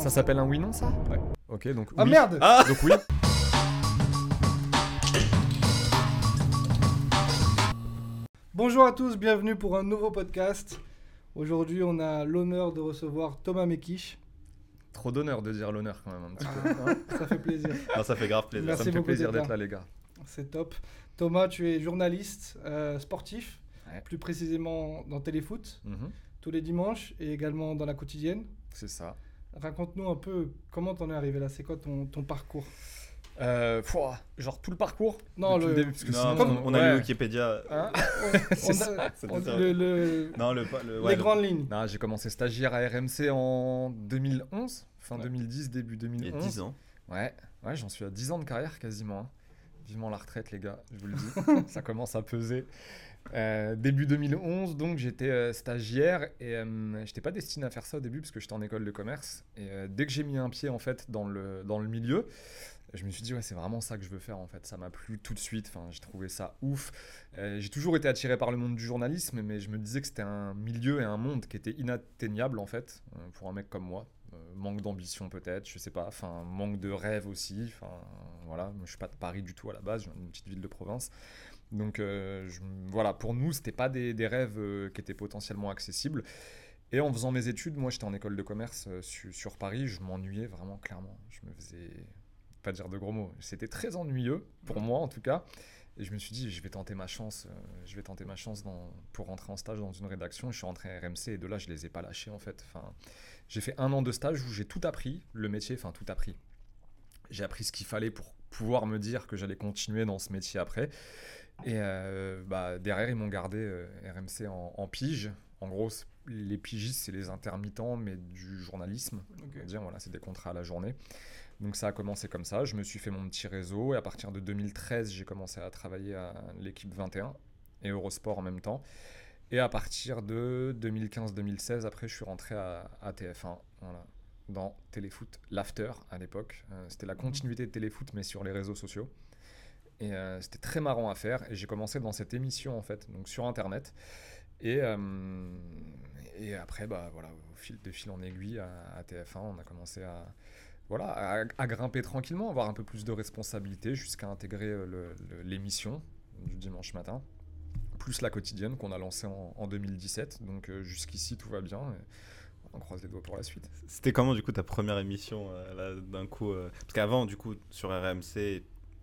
Ça s'appelle un oui-non, ça ? Ouais. Ok, donc Ah oui. merde Donc oui. Bonjour à tous, bienvenue pour un nouveau podcast. Aujourd'hui, on a l'honneur de recevoir Thomas Mekish. Trop d'honneur de dire l'honneur quand même un petit peu. hein. Ça fait plaisir. Non, ça fait grave plaisir. Merci Ça me fait beaucoup plaisir d'être d'être là, les gars. C'est top. Thomas, tu es journaliste sportif, Ouais. plus précisément dans Téléfoot, Mhm. tous les dimanches et également dans la quotidienne. C'est ça. Raconte-nous un peu comment t'en es arrivé là, c'est quoi ton parcours? Genre tout le parcours Non, depuis le- début, parce que Non, sinon, on a ouais. lu Wikipédia. Hein On a- C'est on- bizarre. Non, les grandes lignes. Non, j'ai commencé stagiaire à RMC en 2011, fin Ouais. 2010, début il 2011. y a 10 ans. Ouais, j'en suis à 10 ans de carrière quasiment. hein. Vivement la retraite, les gars, je vous le dis. Ça commence à peser. Début 2011, donc j'étais stagiaire et j'étais pas destiné à faire ça au début parce que j'étais en école de commerce. Et dès que j'ai mis un pied en fait dans le milieu, je me suis dit ouais, c'est vraiment ça que je veux faire en fait. Ça m'a plu tout de suite. Enfin, j'ai trouvé ça ouf. J'ai toujours été attiré par le monde du journalisme, mais je me disais que c'était un milieu et un monde qui était inatteignable en fait pour un mec comme moi. Manque d'ambition peut-être, je sais pas, enfin manque de rêve aussi, enfin voilà, moi je suis pas de Paris du tout à la base, je viens d'une petite ville de province, donc voilà, pour nous c'était pas des rêves qui étaient potentiellement accessibles, et en faisant mes études, moi j'étais en école de commerce sur Paris, je m'ennuyais vraiment clairement, je me faisais, pas dire de gros mots, c'était très ennuyeux, pour moi en tout cas, et je me suis dit je vais tenter ma chance, pour rentrer en stage dans une rédaction, je suis rentré à RMC et de là je les ai pas lâchés en fait, enfin... J'ai fait 1 an de stage où j'ai tout appris, le métier, enfin tout appris. J'ai appris ce qu'il fallait pour pouvoir me dire que j'allais continuer dans ce métier après. Et derrière, ils m'ont gardé RMC en pige. En gros, les pigistes, c'est les intermittents, mais du journalisme. Ok. On va dire, voilà, c'est des contrats à la journée. Donc ça a commencé comme ça. Je me suis fait mon petit réseau. Et à partir de 2013, j'ai commencé à travailler à l'équipe 21 et Eurosport en même temps. Et à partir de 2015-2016, après, je suis rentré à TF1, voilà, dans Téléfoot l'After à l'époque. C'était la continuité de Téléfoot, mais sur les réseaux sociaux. Et c'était très marrant à faire. Et j'ai commencé dans cette émission, en fait, donc sur Internet. Et après, voilà, de fil en aiguille à TF1, on a commencé à grimper tranquillement, avoir un peu plus de responsabilité jusqu'à intégrer l'émission du dimanche matin. Plus la quotidienne qu'on a lancée en 2017. Donc jusqu'ici, tout va bien. Et on croise les doigts pour la suite. C'était comment du coup ta première émission là, d'un coup Parce qu'avant, du coup, sur RMC,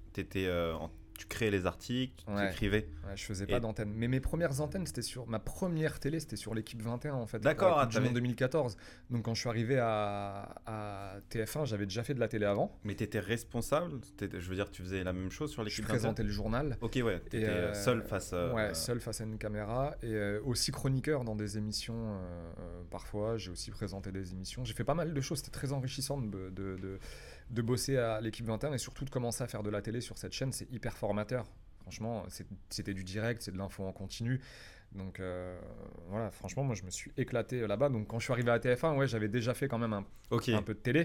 tu créais les articles, tu Ouais. écrivais. Ouais, je faisais pas d'antenne. Mais mes premières antennes, ma première télé, c'était sur l'équipe 21 en fait. D'accord, pour la Coupe du t'avais- Monde 2014. Donc quand je suis arrivé à TF1, j'avais déjà fait de la télé avant. Mais tu étais responsable. Je veux dire, tu faisais la même chose sur Je l'équipe 21. présentais le journal. Ok, ouais. Tu Et, étais seul face. seul face à une caméra et aussi chroniqueur dans des émissions parfois. J'ai aussi présenté des émissions. J'ai fait pas mal de choses. C'était très enrichissant de bosser à l'équipe 21 et surtout de commencer à faire de la télé sur cette chaîne. C'est hyper formateur. Franchement, c'était du direct, c'est de l'info en continu. Donc voilà, franchement, moi je me suis éclaté là-bas. Donc quand je suis arrivé à TF1, ouais, j'avais déjà fait quand même un peu de télé.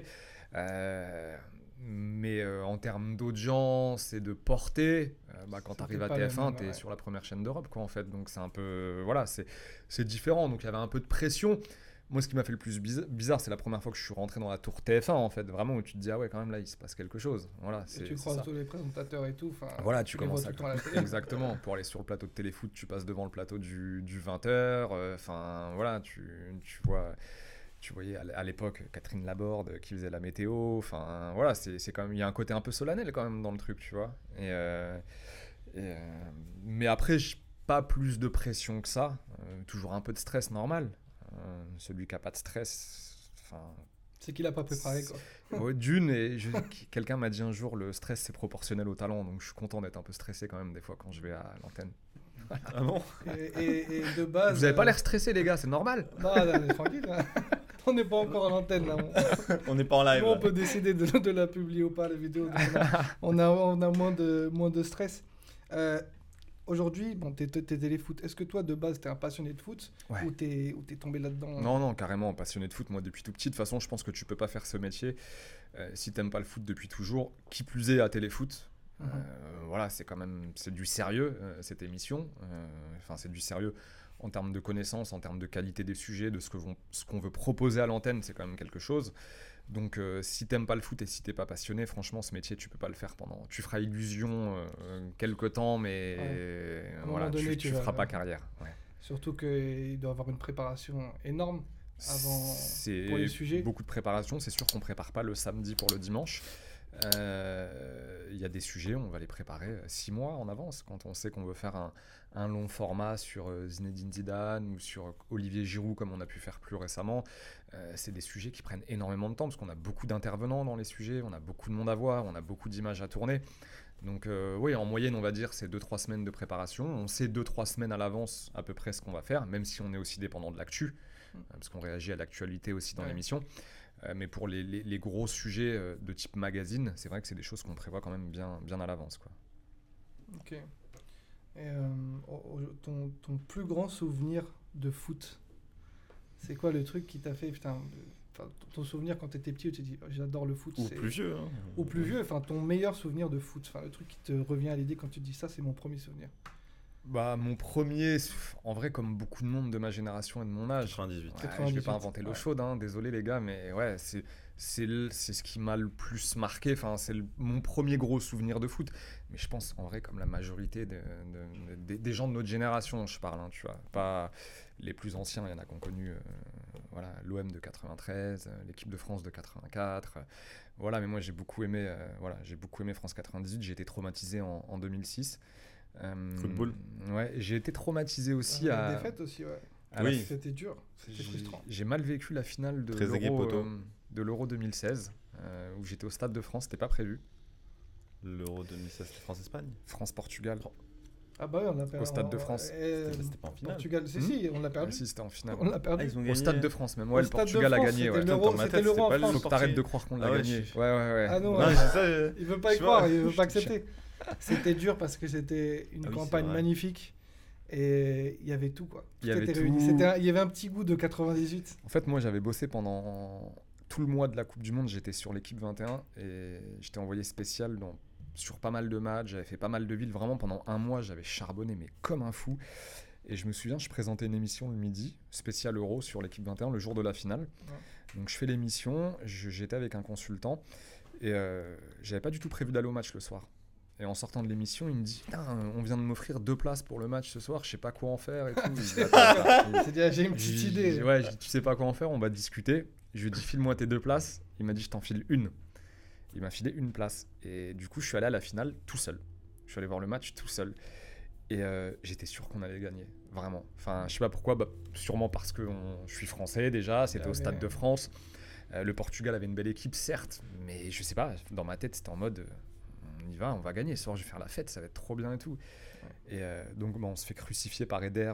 Mais en termes d'audience et de portée, quand tu arrives à pas le TF1, même, tu es ouais. sur la première chaîne d'Europe, quoi, en fait. Donc c'est un peu. Voilà, c'est différent. Donc il y avait un peu de pression. Moi, ce qui m'a fait le plus bizarre, c'est la première fois que je suis rentré dans la tour TF1, en fait. Vraiment, où tu te dis, ah ouais, quand même, là, il se passe quelque chose. Voilà, Et c'est tu c'est croises ça. tous les présentateurs et tout. Voilà, tu les vois commences tout à... le temps à la télé. Exactement. Pour aller sur le plateau de Téléfoot, tu passes devant le plateau du 20h. Enfin, voilà, tu vois... Tu voyais à l'époque Catherine Laborde qui faisait la météo. Enfin, voilà, c'est quand même... Il y a un côté un peu solennel quand même dans le truc, tu vois. Mais après, pas plus de pression que ça. Toujours un peu de stress normal. Celui qui n'a pas de stress... Enfin... C'est qu'il a pas préparé quoi. Ouais, quelqu'un m'a dit un jour le stress c'est proportionnel au talent, donc je suis content d'être un peu stressé quand même des fois quand je vais à l'antenne. Ah bon? Et de base. Vous avez pas l'air stressé les gars, c'est normal. Non, on est tranquille. hein. On n'est pas encore à l'antenne là. On n'est pas en live. Nous, on peut décider de la publier ou pas la vidéo. Donc on a moins de stress. Aujourd'hui, bon, t'es téléfoot. Est-ce que toi, de base, t'es un passionné de foot Ouais. ou t'es tombé là-dedans? Non, carrément passionné de foot, moi depuis tout petit. De toute façon, je pense que tu peux pas faire ce métier si t'aimes pas le foot depuis toujours. Qui plus est à téléfoot. Voilà, c'est du sérieux cette émission. Enfin, c'est du sérieux en termes de connaissances, en termes de qualité des sujets, de ce qu'on veut proposer à l'antenne, c'est quand même quelque chose. Donc si t'aimes pas le foot et si t'es pas passionné, franchement ce métier tu peux pas le faire pendant. Tu feras illusion quelques temps, mais À un voilà, moment donné, tu tu vas- feras pas carrière. Ouais. Surtout qu'il doit avoir une préparation énorme avant C'est pour les sujets. beaucoup de préparation. C'est sûr qu'on prépare pas le samedi pour le dimanche. Il y a des sujets, on va les préparer 6 mois en avance quand on sait qu'on veut faire un long format sur Zinedine Zidane ou sur Olivier Giroud comme on a pu faire plus récemment. C'est des sujets qui prennent énormément de temps parce qu'on a beaucoup d'intervenants dans les sujets, on a beaucoup de monde à voir, on a beaucoup d'images à tourner. Donc oui, en moyenne on va dire c'est 2-3 semaines de préparation. On sait 2-3 semaines à l'avance à peu près ce qu'on va faire, même si on est aussi dépendant de l'actu, parce qu'on réagit à l'actualité aussi dans l'émission. Mais pour les gros sujets de type magazine, c'est vrai que c'est des choses qu'on prévoit quand même bien à l'avance, quoi. Ok. Et ton plus grand souvenir de foot, c'est quoi le truc qui t'a fait, putain, ton souvenir quand t'étais petit où tu te dis oh, j'adore le foot, Ou c'est... plus vieux. Hein. Ou plus vieux, enfin ton meilleur souvenir de foot, enfin le truc qui te revient à l'idée quand tu te dis ça, c'est mon premier souvenir. Bah, mon premier, en vrai, comme beaucoup de monde de ma génération et de mon âge. 98. Ouais, 98, je vais pas inventer l'eau ouais. chaude, hein, désolé les gars, mais ouais, c'est ce qui m'a le plus marqué. Enfin, c'est mon premier gros souvenir de foot. Mais je pense, en vrai, comme la majorité des gens de notre génération, je parle, hein, tu vois. Pas les plus anciens, il y en a qui ont connu voilà, l'OM de 93, l'équipe de France de 84. Voilà, mais moi, j'ai beaucoup aimé France 98. J'ai été traumatisé en 2006. Football. Ouais, j'ai été traumatisé aussi La à... défaite aussi, ouais. à la Oui. C'était dur, c'était frustrant. J'ai mal vécu la finale Très aigué poteau. de l'Euro 2016, où j'étais au Stade de France, c'était pas prévu. L'Euro 2016, c'était France-Espagne. France-Portugal. Ah bah oui, on l'a perdu. Au Stade de France. C'était pas en finale. Portugal, si, on l'a Ah perdu. si, c'était en finale. On l'a perdu. Ah, ils ont Au gagné. Stade de France même, Au ouais, le Stade de Portugal a France, gagné. Ouais. c'était l'Euro, Dans ma c'était tête, l'Euro en c'était pas le France. Faut que t'arrêtes de croire qu'on l'a Ah ouais, gagné. je- Ouais, ouais. Ah non, Non, ouais. c'est ça. Il veut pas y Je croire, vois. il veut pas accepter. C'était dur parce que c'était une Ah oui, c'est campagne vrai. magnifique et il y avait tout, quoi. Il y avait était tout. réuni. Il y avait un petit goût de 98. En fait, moi, j'avais bossé pendant tout le mois de la Coupe du Monde. J'étais sur l'équipe 21 et j'étais envoyé spécial sur pas mal de matchs. J'avais fait pas mal de villes. Vraiment, pendant un mois, j'avais charbonné, mais comme un fou. Et je me souviens, je présentais une émission le midi, spécial Euro sur l'équipe 21, le jour de la finale. Ouais. Donc, je fais l'émission. J'étais avec un consultant et j'avais pas du tout prévu d'aller au match le soir. Et en sortant de l'émission, il me dit putain, on vient de m'offrir 2 places pour le match ce soir, je sais pas quoi en faire et tout. Je dis, attends, Il s'est dit, ah, j'ai une petite idée. Ouais, je dis, tu sais pas quoi en faire, on va discuter. Je lui ai dit, file-moi tes 2 places. Il m'a dit, je t'en file une. Il m'a filé une place. Et du coup, je suis allé à la finale tout seul. Je suis allé voir le match tout seul. Et j'étais sûr qu'on allait gagner, vraiment. Enfin, je sais pas pourquoi, bah, sûrement parce que je suis français déjà, c'était Ah au Stade ouais. de France. Le Portugal avait une belle équipe, certes, mais je sais pas, dans ma tête, c'était en mode on y va, on va gagner. Ce soir, je vais faire la fête, ça va être trop bien et tout. Et donc, bah, on se fait crucifier par Eder,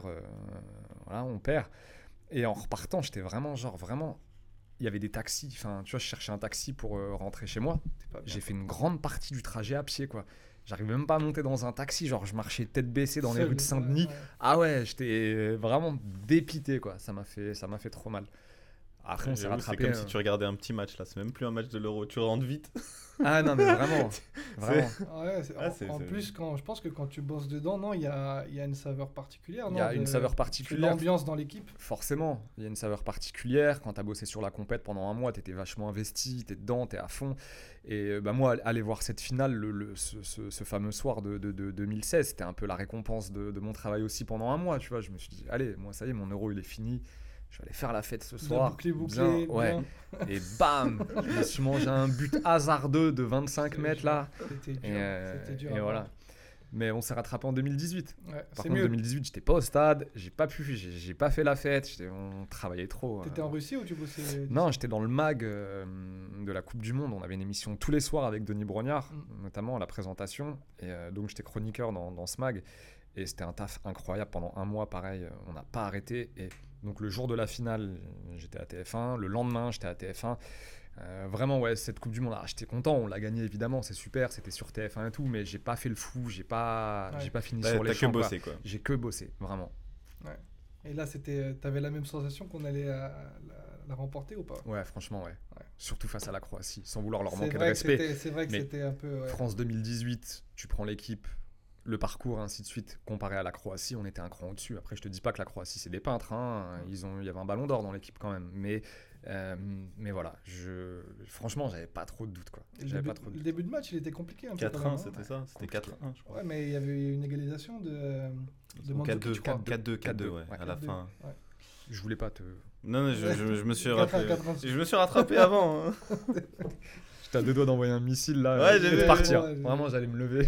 voilà, on perd. Et en repartant, j'étais vraiment, il y avait des taxis. Enfin, tu vois, je cherchais un taxi pour rentrer chez moi. C'est pas bien. J'ai fait une grande partie du trajet à pied, quoi. J'arrivais même pas à monter dans un taxi, genre je marchais tête baissée dans les Seul, rues de Saint-Denis. ouais. Ah ouais, j'étais vraiment dépité, quoi. Ça m'a fait trop mal. Après, on s'est J'avoue, c'est rattrapé. comme si tu regardais un petit match là, c'est même plus un match de l'Euro, tu rentres vite. Ah non, mais vraiment. Vraiment. Ouais, Ah, en plus, je pense que quand tu bosses dedans, non, il y a une saveur particulière. Il y a non, une saveur particulière. L'ambiance dans l'équipe. Forcément, il y a une saveur particulière. Quand tu as bossé sur la compète pendant un mois, tu étais vachement investi, tu es dedans, tu es à fond. Et bah, moi, aller voir cette finale ce fameux soir de 2016, c'était un peu la récompense de mon travail aussi pendant un mois. Tu vois, je me suis dit, allez, moi, ça y est, mon euro, il est fini. Je vais aller faire la fête ce soir. Bouclé, Bien, ouais. bien. Et bam, je me suis mangé un but hasardeux de 25 mètres là. C'était dur. C'était dur. Et voilà. Mais on s'est rattrapé en 2018. Ouais, Par c'est contre, en mieux. 2018, j'étais pas au stade, j'ai pas fait la fête, on travaillait trop. T'étais en Russie ou tu bossais Non, j'étais dans le mag de la Coupe du Monde. On avait une émission tous les soirs avec Denis Brognard, notamment à la présentation. Et donc, j'étais chroniqueur dans ce mag. Et c'était un taf incroyable pendant un mois, pareil. On n'a pas arrêté. Et donc, le jour de la finale, j'étais à TF1. Le lendemain, j'étais à TF1. Vraiment, ouais, cette Coupe du Monde, j'étais content. On l'a gagné, évidemment. C'est super. C'était sur TF1 et tout. Mais j'ai pas fait le fou. J'ai pas fini sur les T'as que champs. bossé quoi. J'ai que bossé, vraiment. Ouais. Et là, t'avais la même sensation qu'on allait la remporter ou pas? Ouais, franchement, ouais. Ouais. Surtout face à la Croatie, sans vouloir leur C'est manquer de vrai que respect. c'est vrai que Mais c'était un peu. Ouais. France 2018, tu prends l'équipe, le parcours, ainsi de suite, comparé à la Croatie, on était un cran au-dessus. Après, je te dis pas que la Croatie, c'est des peintres. Hein. Il y avait un ballon d'or dans l'équipe quand même. Mais voilà, franchement, j'avais pas trop de doutes. Quoi. Et J'avais pas trop de le doutes. début de match, il était compliqué. Un peu, 4-1, quand même, hein. c'était ça. C'était Compliqué. 4-1, je crois. Ouais, mais il y avait une égalisation de Mandzukic, je crois. 4-2, ouais, à la 4-2. fin. Ouais. Je voulais pas te... Non, je me suis 4-1, rattrapé. 4-1. Je me suis rattrapé avant. Hein. J'étais à deux doigts d'envoyer un missile là. Ouais, et j'ai de vu, partir. ouais, Vraiment, j'allais me lever.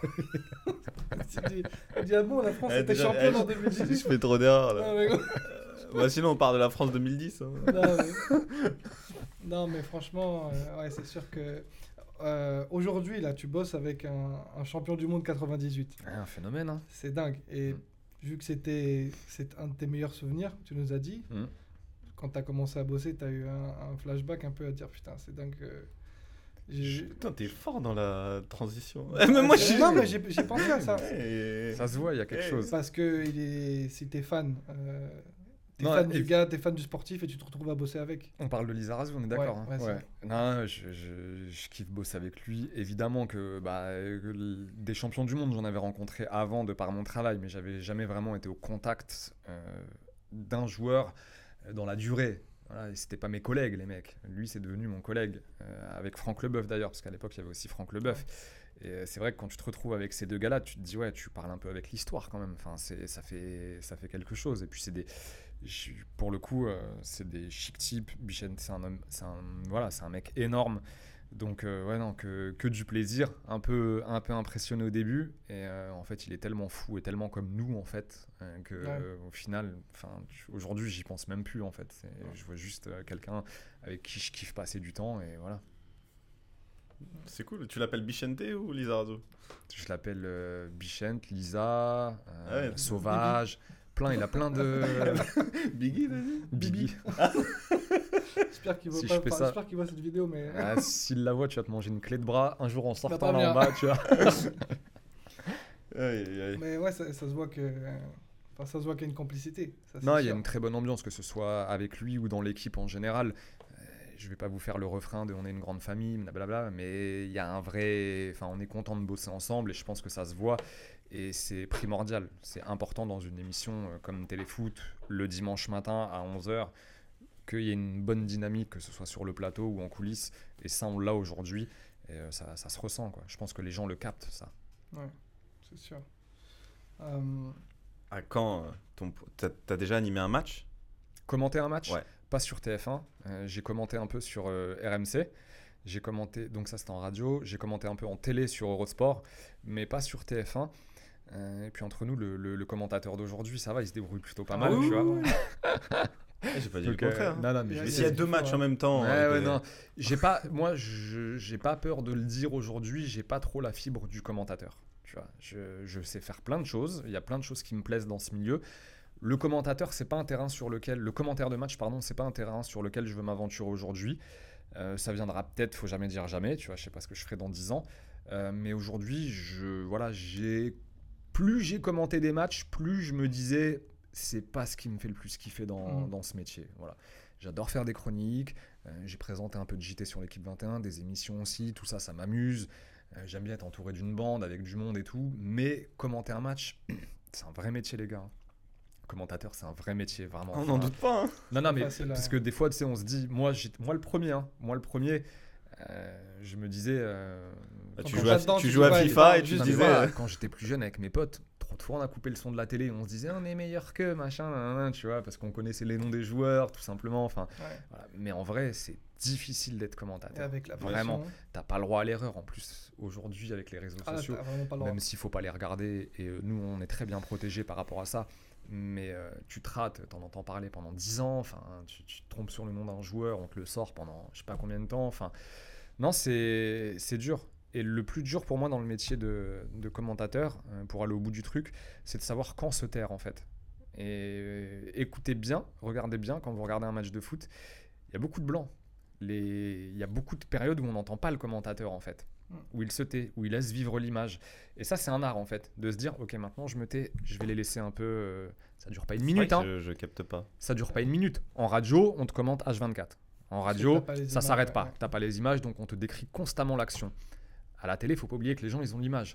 Tu dis, ah bon, la France Eh, était déjà, championne en je 2018. fais trop d'erreurs là. Non, mais gros. Bah, sinon, on part de la France 2010. Hein. Non, mais franchement, ouais, c'est sûr que aujourd'hui, là, tu bosses avec un champion du monde 98. Ouais, un phénomène. Hein. C'est dingue. Et vu que c'est un de tes meilleurs souvenirs, tu nous as dit, quand tu as commencé à bosser, tu as eu un flashback un peu à dire putain, c'est dingue. Putain, t'es fort dans la transition. Même moi, non, mais j'ai pensé à ça. Ça se voit, il y a quelque chose. Parce que si t'es fan, Non, fan du gars, t'es fan du sportif et tu te retrouves à bosser avec. On parle de Lisa Razou, on est d'accord. Ouais, hein. ouais, Ouais. Non, je kiffe bosser avec lui. Évidemment que des champions du monde, j'en avais rencontré avant de par mon travail, mais j'avais jamais vraiment été au contact d'un joueur dans la durée. Voilà, et c'était pas mes collègues, les mecs. Lui, c'est devenu mon collègue, avec Franck Leboeuf d'ailleurs, parce qu'à l'époque, il y avait aussi Franck Leboeuf. Et c'est vrai que quand tu te retrouves avec ces deux gars-là, tu te dis, ouais, tu parles un peu avec l'histoire quand même. Enfin, ça fait quelque chose. Et puis, pour le coup, c'est des chic types. Bichette, c'est un mec énorme. Donc, ouais, non, que du plaisir. Un peu impressionné au début. Et en fait, il est tellement fou et tellement comme nous, en fait, au final, aujourd'hui, j'y pense même plus, en fait. Je vois juste quelqu'un avec qui je kiffe passer du temps. Et voilà. C'est cool. Tu l'appelles Bichente ou Lisa Razou? Je l'appelle Bichente, Lisa, ouais, Sauvage. Il a plein de. Biggie, t'as dit? Bibi. J'espère qu'il voit, Si pas, je fais ça- j'espère qu'il voit cette vidéo, mais. Ah, s'il la voit, tu vas te manger une clé de bras un jour en sortant pas là bien. en bas, tu vois. Mais ouais, ça se voit que. Enfin, ça se voit qu'il y a une complicité. Ça, c'est Non, il y a sûr. une très bonne ambiance, que ce soit avec lui ou dans l'équipe en général. Je vais pas vous faire le refrain de on est une grande famille, blablabla, mais il y a un vrai. Enfin, on est content de bosser ensemble et je pense que ça se voit. Et c'est primordial. C'est important dans une émission comme Téléfoot, le dimanche matin à 11h, qu'il y ait une bonne dynamique, que ce soit sur le plateau ou en coulisses. Et ça, on l'a aujourd'hui. Et ça se ressent, quoi. Je pense que les gens le captent, ça. Ouais, c'est sûr. À quand t'as déjà animé un match? Commenter un match? Ouais. Pas sur TF1. J'ai commenté un peu sur RMC. J'ai commenté, donc ça c'était en radio. J'ai commenté un peu en télé sur Eurosport, mais pas sur TF1. Et puis entre nous, le commentateur d'aujourd'hui, ça va, il se débrouille plutôt pas mal, tu vois. J'ai pas dit Donc, le contraire. non, mais Mais s'il y a deux matchs en même temps. non. J'ai pas peur de le dire aujourd'hui. J'ai pas trop la fibre du commentateur. Tu vois, je sais faire plein de choses. Il y a plein de choses qui me plaisent dans ce milieu. Le commentateur, c'est pas un terrain sur lequel, le commentaire de match, pardon, c'est pas un terrain sur lequel je veux m'aventurer aujourd'hui. Ça viendra peut-être, faut jamais dire jamais. Tu vois, je sais pas ce que je ferai dans 10 ans. Mais aujourd'hui, plus j'ai commenté des matchs, plus je me disais, c'est pas ce qui me fait le plus kiffer dans ce métier. Voilà. J'adore faire des chroniques. J'ai présenté un peu de JT sur l'équipe 21, des émissions aussi. Tout ça, ça m'amuse. J'aime bien être entouré d'une bande avec du monde et tout. Mais commenter un match, c'est un vrai métier, les gars. Commentateur, c'est un vrai métier, vraiment. On n'en doute pas. Hein. Non, mais Facile, parce que des fois, tu sais, on se dit, moi le premier, je me disais. Tu joues à FIFA et tu te Non, mais disais. voilà, quand j'étais plus jeune avec mes potes, trop de fois on a coupé le son de la télé, on se disait on est meilleur que machin, tu vois, parce qu'on connaissait les noms des joueurs, tout simplement. Enfin, voilà. Mais en vrai, c'est difficile d'être Et commentateur. avec la Vraiment, pression, t'as pas le droit à l'erreur. En plus, aujourd'hui, avec les réseaux sociaux, t'as vraiment pas le droit. même s'il faut pas les regarder, et nous, on est très bien protégés par rapport à ça. Mais tu te rates, t'en entends parler pendant 10 ans, enfin, tu te trompes sur le nom d'un joueur, on te le sort pendant je sais pas combien de temps. Enfin, non, c'est dur. Et le plus dur pour moi dans le métier de commentateur, pour aller au bout du truc, c'est de savoir quand se taire en fait. Et écoutez bien, regardez bien, quand vous regardez un match de foot, il y a beaucoup de blancs. Il y a beaucoup de périodes où on n'entend pas le commentateur en fait, où il se tait, où il laisse vivre l'image. Et ça, c'est un art en fait, de se dire, ok, maintenant je me tais, je vais les laisser un peu. Ça dure pas une minute, hein. Je capte pas. Ça dure pas une minute. En radio, on te commente H24. En radio, t'as pas les ça images, s'arrête ouais, pas. ouais. T'as pas les images, donc on te décrit constamment l'action. À la télé, il faut pas oublier que les gens, ils ont l'image.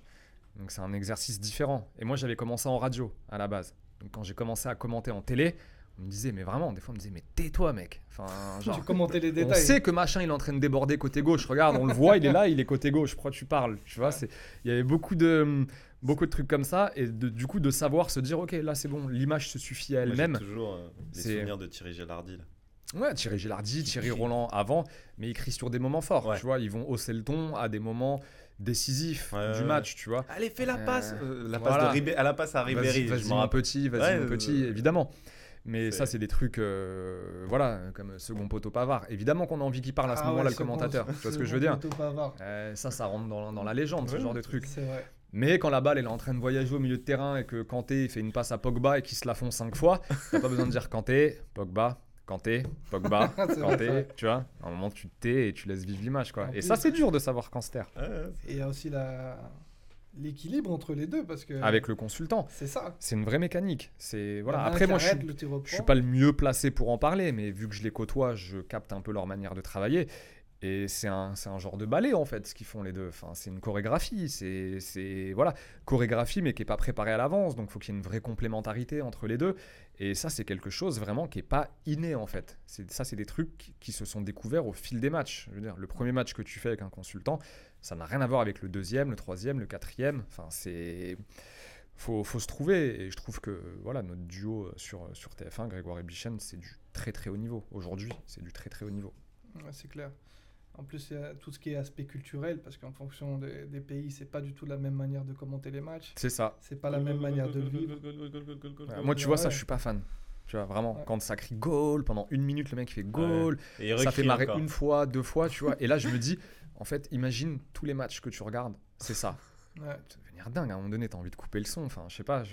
Donc c'est un exercice différent. Et moi, j'avais commencé en radio à la base. Donc quand j'ai commencé à commenter en télé, on me disait, mais vraiment, des fois, on me disait, mais tais-toi, mec. Enfin, genre, Tu commentais les on détails. sait que machin, il est en train de déborder côté gauche. Regarde, on le voit, il est là, il est côté gauche. Pourquoi tu parles? Tu vois, il y avait beaucoup de trucs comme ça. Et du coup, de savoir se dire, ok, là, c'est bon, l'image se suffit à Moi, elle-même. j'ai toujours des C'est- souvenirs de Thierry Gélardi. Là. Ouais, Thierry Gilardi, Qui Thierry crie. Roland avant, mais ils crient sur des moments forts. Ouais. Tu vois, ils vont hausser le ton à des moments décisifs Ouais, du ouais, match, tu vois. Allez, fais la passe La voilà. passe à la passe à Ribéry. Vas-y, je mon m'en rappelle. petit, Ouais, mon petit, évidemment. Mais c'est- ça, c'est des trucs, voilà, comme second poteau Pavard. Évidemment qu'on a envie qu'il parle à ce moment-là, le commentateur. Tu vois ce que je veux dire? Ça rentre dans la légende, ce Ouais, genre de truc. C'est vrai. Mais quand la balle elle est en train de voyager au milieu de terrain et que Kanté fait une passe à Pogba et qu'il se la font 5 fois, t'as pas besoin de dire Kanté, Pogba, Kanté, Pogba, C'est vrai, Kanté, c'est vrai. tu vois. À un moment, tu te tais et tu laisses vivre l'image, quoi. En Et plus- ça, c'est dur de savoir quand se taire. Ouais, Et il y a aussi l'équilibre entre les deux parce que Avec le consultant. c'est ça. C'est une vraie mécanique. C'est voilà. Il y en a un Après, qui moi, je arrête, suis, l'autre, il je reprend. suis pas le mieux placé pour en parler, mais vu que je les côtoie, je capte un peu leur manière de travailler. Et c'est un genre de ballet, en fait, ce qu'ils font les deux. Enfin, c'est une chorégraphie. Voilà, chorégraphie, mais qui est pas préparée à l'avance. Donc, il faut qu'il y ait une vraie complémentarité entre les deux. Et ça, c'est quelque chose vraiment qui est pas inné, en fait. C'est des trucs qui se sont découverts au fil des matchs. Je veux dire, le premier match que tu fais avec un consultant, ça n'a rien à voir avec le deuxième, le troisième, le quatrième. Enfin, faut se trouver. Et je trouve que voilà, notre duo sur TF1, Grégoire et Bichenne, c'est du très très haut niveau. Aujourd'hui, c'est du très très haut niveau. Ouais, c'est clair. En plus, il y a tout ce qui est aspect culturel, parce qu'en fonction des pays, c'est pas du tout la même manière de commenter les matchs. C'est ça. C'est pas la même manière de le vivre. Ouais, moi, tu vois, ça, Ouais. je suis pas fan. Tu vois, vraiment, Ouais. quand ça crie goal, pendant 1 minute, le mec il fait goal, Et il ça fait recrie marrer encore. une fois, 2 fois, tu vois. Et là, je me dis, en fait, imagine tous les matchs que tu regardes, c'est ça. Ouais. Ça va devenir dingue. À un moment donné, t'as envie de couper le son. Enfin, je sais pas.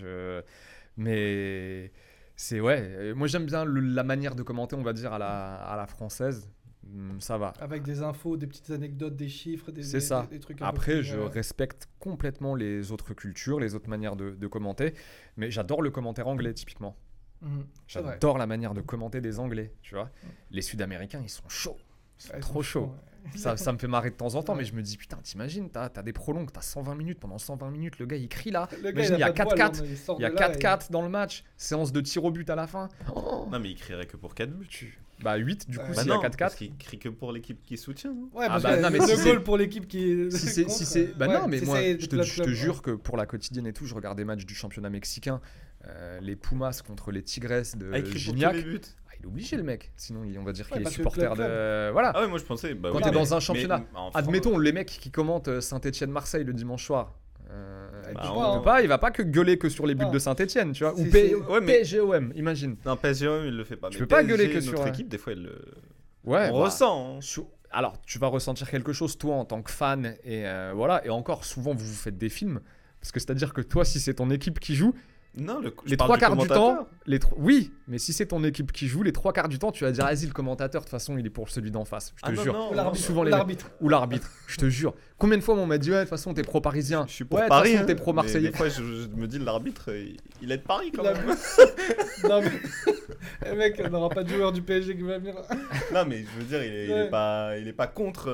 Mais c'est ouais. Moi, j'aime bien la manière de commenter, on va dire, à la française. Ça va. Avec des infos, des petites anecdotes, des chiffres, C'est ça. des trucs un peu Après, plus, je respecte complètement les autres cultures, les autres manières de commenter. Mais j'adore le commentaire anglais, typiquement. C'est vrai. J'adore la manière de commenter des Anglais, tu vois. Les Sud-Américains, ils sont chauds. Ils sont Ouais, trop chauds. ouais. Ça me fait marrer de temps en temps, Ouais. mais je me dis, putain, t'imagines, t'as des prolongues, t'as 120 minutes. Pendant 120 minutes, le gars, il crie là. Le gars, Imagine, il y a pas de voix, 4-4. l'homme, sort Il y a de là 4-4 dans le match. Séance de tir au but à la fin. Oh, Non, mais il crierait que pour 4 buts. Bah 8, du coup, Bah s'il y non, a 4-4. parce qu'il crie que pour l'équipe qui soutient. Non Ouais, Ah parce bah que non, mais le si goal c'est- pour l'équipe qui est. Si c'est. Bah Ouais, non, mais c'est moi, ça, je club, te club, jure que pour la quotidienne et tout, je regarde des matchs du championnat mexicain. Les Pumas contre les Tigres de Ah, il crie pour Gignac. tous les buts. Ah, il est obligé, le mec. Sinon, on va dire Ouais, qu'il est parce que supporter club, de. Voilà. Ah ouais, moi je pensais. Bah, Quand oui, t'es mais- dans un mais championnat, en Admettons, les mecs qui commentent Saint-Etienne-Marseille le dimanche soir. Bah, Il va pas que gueuler que sur les buts Non. de Saint-Etienne, tu vois. Ou C'est- ouais, mais- PSGOM, imagine. Non, PSGOM, il le fait pas. Tu Mais peux pas PSG, gueuler que sur, notre équipe, des fois, elle le. Ouais, On bah, ressent. hein. Alors, tu vas ressentir quelque chose, toi, en tant que fan. Et voilà. Et encore, souvent, vous faites des films. Parce que c'est-à-dire que toi, si c'est ton équipe qui joue, Non, je les parle 3 quarts du commentateur. temps. Oui, mais si c'est ton équipe qui joue, les 3 quarts du temps, tu vas dire, vas-y, le commentateur, de toute façon, il est pour celui d'en face. Je te Ah non, jure. non, Ou l'arbitre. Souvent, les l'arbitre. Ou l'arbitre, je te jure. Combien de fois on m'a dit, ouais, de toute façon, t'es pro-parisien. Je suis pour Ouais, de toute Paris. façon, hein, t'es mais pro-marseillais. Des fois, je me dis, l'arbitre, il est de Paris quand Il a même. vu- Non, mais. Le mec, on n'aura pas de joueur du PSG qui va venir. Non, mais je veux dire, il Ouais. est pas contre.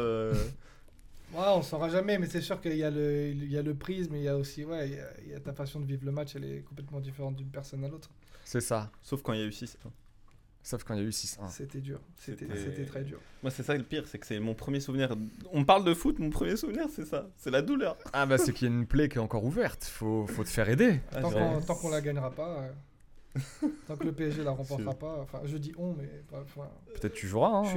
Ouais, on saura jamais, mais c'est sûr qu'il y a le prisme, mais il y a aussi, ouais, il y a ta façon de vivre le match, elle est complètement différente d'une personne à l'autre. C'est ça. Sauf quand il y a eu 6. Sauf quand il y a eu 6-1. C'était dur, c'était très dur. Moi, c'est ça le pire, c'est que c'est mon premier souvenir. On me parle de foot, mon premier souvenir, c'est ça. C'est la douleur. Ah bah c'est qu'il y a une plaie qui est encore ouverte. Faut te faire aider. Ah, Tant c'est qu'on vrai. tant qu'on la gagnera pas, tant que le PSG la remportera pas, enfin je dis on, mais enfin, Peut-être tu joueras. Hein.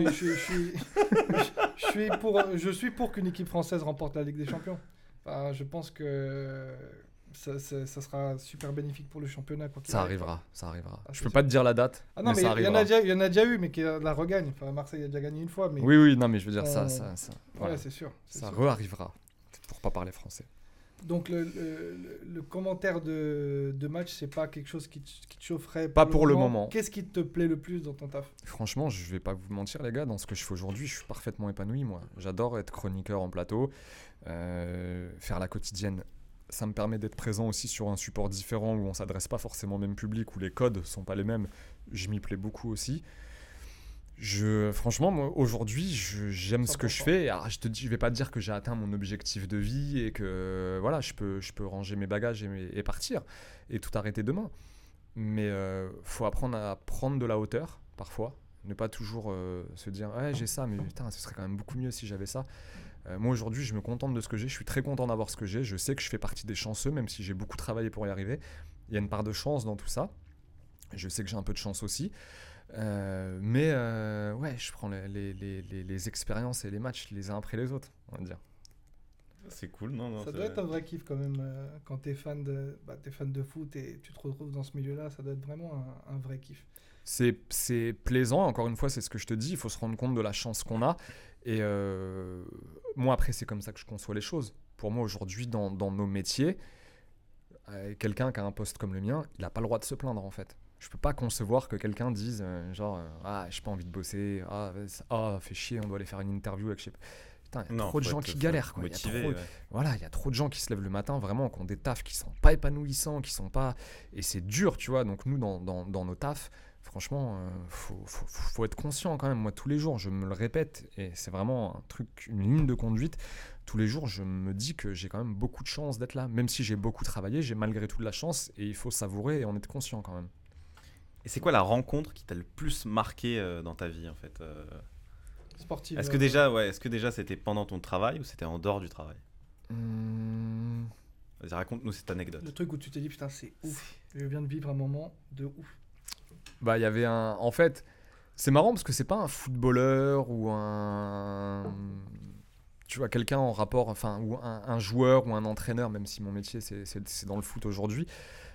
je suis pour qu'une équipe française remporte la Ligue des Champions. Enfin, je pense que ça sera super bénéfique pour le championnat. Quand il Ça arrive. arrivera, ça arrivera. Ah, Je c'est peux sûr. pas te dire la date, Ah non, mais ça il y en arrivera. a déjà eu, mais qui la regagne. Enfin, Marseille a déjà gagné une fois, mais Oui, non, mais je veux dire, On- ça ouais, voilà. c'est sûr. c'est Ça sûr. re-arrivera. Peut-être pour pas parler français. Donc le commentaire de match, c'est pas quelque chose qui te chaufferait Pas pour le moment. Qu'est-ce qui te plaît le plus dans ton taf? Franchement, je vais pas vous mentir, les gars, dans ce que je fais aujourd'hui, je suis parfaitement épanoui, moi. J'adore être chroniqueur en plateau, faire la quotidienne. Ça me permet d'être présent aussi sur un support différent où on s'adresse pas forcément au même public, où les codes sont pas les mêmes. Je m'y plais beaucoup aussi. Franchement, moi, aujourd'hui, j'aime ce que je 100%. fais. Alors, je vais pas te dire que j'ai atteint mon objectif de vie et que voilà, je peux ranger mes bagages et partir et tout arrêter demain. Mais faut apprendre à prendre de la hauteur parfois. Ne pas toujours se dire ouais, j'ai ça, mais putain, ce serait quand même beaucoup mieux si j'avais ça. Moi, aujourd'hui, je me contente de ce que j'ai. Je suis très content d'avoir ce que j'ai. Je sais que je fais partie des chanceux, même si j'ai beaucoup travaillé pour y arriver. Il y a une part de chance dans tout ça. Je sais que j'ai un peu de chance aussi. Mais ouais, je prends les expériences et les matchs les uns après les autres, on va dire. C'est cool, non, Ça doit être un vrai kiff quand même quand t'es fan de foot et tu te retrouves dans ce milieu-là, ça doit être vraiment un vrai kiff. C'est plaisant, encore une fois, c'est ce que je te dis. Il faut se rendre compte de la chance qu'on a. Et moi, après, c'est comme ça que je conçois les choses. Pour moi, aujourd'hui, dans nos métiers, quelqu'un qui a un poste comme le mien, il n'a pas le droit de se plaindre, en fait. Je peux pas concevoir que quelqu'un dise ah, j'ai pas envie de bosser, fait chier, on doit aller faire une interview avec je sais pas. Putain, il y a trop de gens qui galèrent, quoi. Motivé, Voilà, il y a trop de gens qui se lèvent le matin vraiment, qui ont des tafs qui sont pas épanouissants, qui sont pas, et c'est dur, tu vois. Donc nous, dans nos tafs, franchement, faut être conscient quand même. Moi, tous les jours, je me le répète, et c'est vraiment un truc, une ligne de conduite. Tous les jours, je me dis que j'ai quand même beaucoup de chance d'être là. Même si j'ai beaucoup travaillé, j'ai malgré tout de la chance, et il faut savourer et en être conscient quand même. Et c'est quoi la rencontre qui t'a le plus marqué dans ta vie en fait Sportive. Est-ce que déjà c'était pendant ton travail ou c'était en dehors du travail? Hum, Vas-y, raconte-nous cette anecdote. Le truc où tu t'es dit putain c'est ouf, je viens de vivre un moment de ouf. Bah, il y avait un. En fait, c'est marrant parce que c'est pas un footballeur ou un. Tu vois, quelqu'un en rapport, enfin, ou un joueur ou un entraîneur, même si mon métier c'est dans le foot aujourd'hui.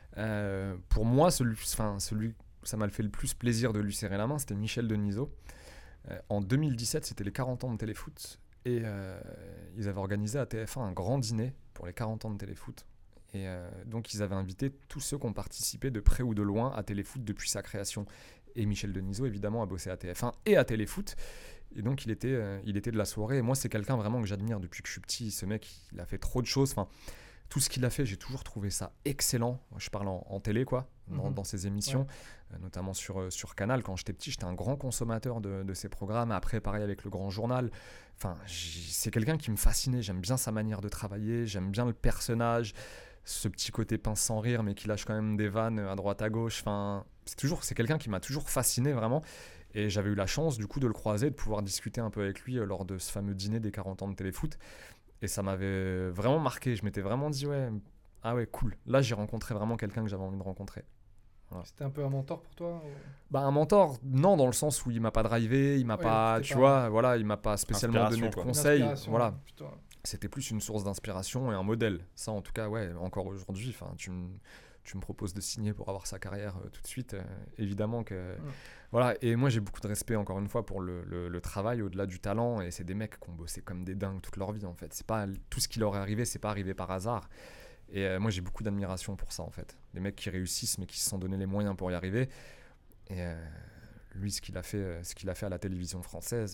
Pour moi, celui ça m'a fait le plus plaisir de lui serrer la main, c'était Michel Denisot. En 2017, c'était les 40 ans de Téléfoot. Et ils avaient organisé à TF1 un grand dîner pour les 40 ans de Téléfoot. Et donc, ils avaient invité tous ceux qui ont participé de près ou de loin à Téléfoot depuis sa création. Et Michel Denisot, évidemment, a bossé à TF1 et à Téléfoot. Et donc, il était de la soirée. Et moi, c'est quelqu'un vraiment que j'admire depuis que je suis petit. Ce mec, il a fait trop de choses. Enfin, tout ce qu'il a fait, j'ai toujours trouvé ça excellent. Je parle en télé, quoi, dans ses émissions, notamment sur Canal. Quand j'étais petit, j'étais un grand consommateur de ses programmes. Après, pareil avec le Grand Journal. Enfin, c'est quelqu'un qui me fascinait. J'aime bien sa manière de travailler. J'aime bien le personnage. Ce petit côté pince sans rire, mais qui lâche quand même des vannes à droite à gauche. Enfin, c'est quelqu'un qui m'a toujours fasciné, vraiment. Et j'avais eu la chance, du coup, de le croiser, de pouvoir discuter un peu avec lui lors de ce fameux dîner des 40 ans de Téléfoot. Et ça m'avait vraiment marqué. Je m'étais vraiment dit, ah ouais, cool. Là, j'ai rencontré vraiment quelqu'un que j'avais envie de rencontrer. Voilà. C'était un peu un mentor pour toi ou... Bah, un mentor, non, dans le sens où il m'a pas drivé, il m'a pas, tu vois, voilà, il m'a pas spécialement donné de conseils. Voilà. Plutôt. C'était plus une source d'inspiration et un modèle. Ça, en tout cas, ouais, encore aujourd'hui, tu me proposes de signer pour avoir sa carrière tout de suite. Évidemment que... Voilà, et moi, j'ai beaucoup de respect, encore une fois, pour le travail au-delà du talent. Et c'est des mecs qui ont bossé comme des dingues toute leur vie, en fait. C'est pas, tout ce qui leur est arrivé, c'est pas arrivé par hasard. Et moi, j'ai beaucoup d'admiration pour ça, en fait. Des mecs qui réussissent, mais qui se sont donné les moyens pour y arriver. Et lui, ce qu'il a fait à la télévision française,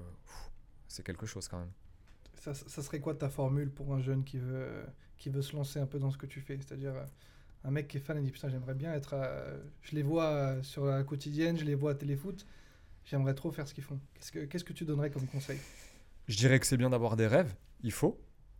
c'est quelque chose, quand même. Ça serait quoi ta formule pour un jeune qui veut se lancer un peu dans ce que tu fais? C'est-à-dire un mec qui est fan et dit putain j'aimerais bien être je les vois sur la quotidienne, je les vois à Téléfoot, j'aimerais trop faire ce qu'ils font. Qu'est-ce que tu donnerais comme conseil? Je dirais que c'est bien d'avoir des rêves, il faut.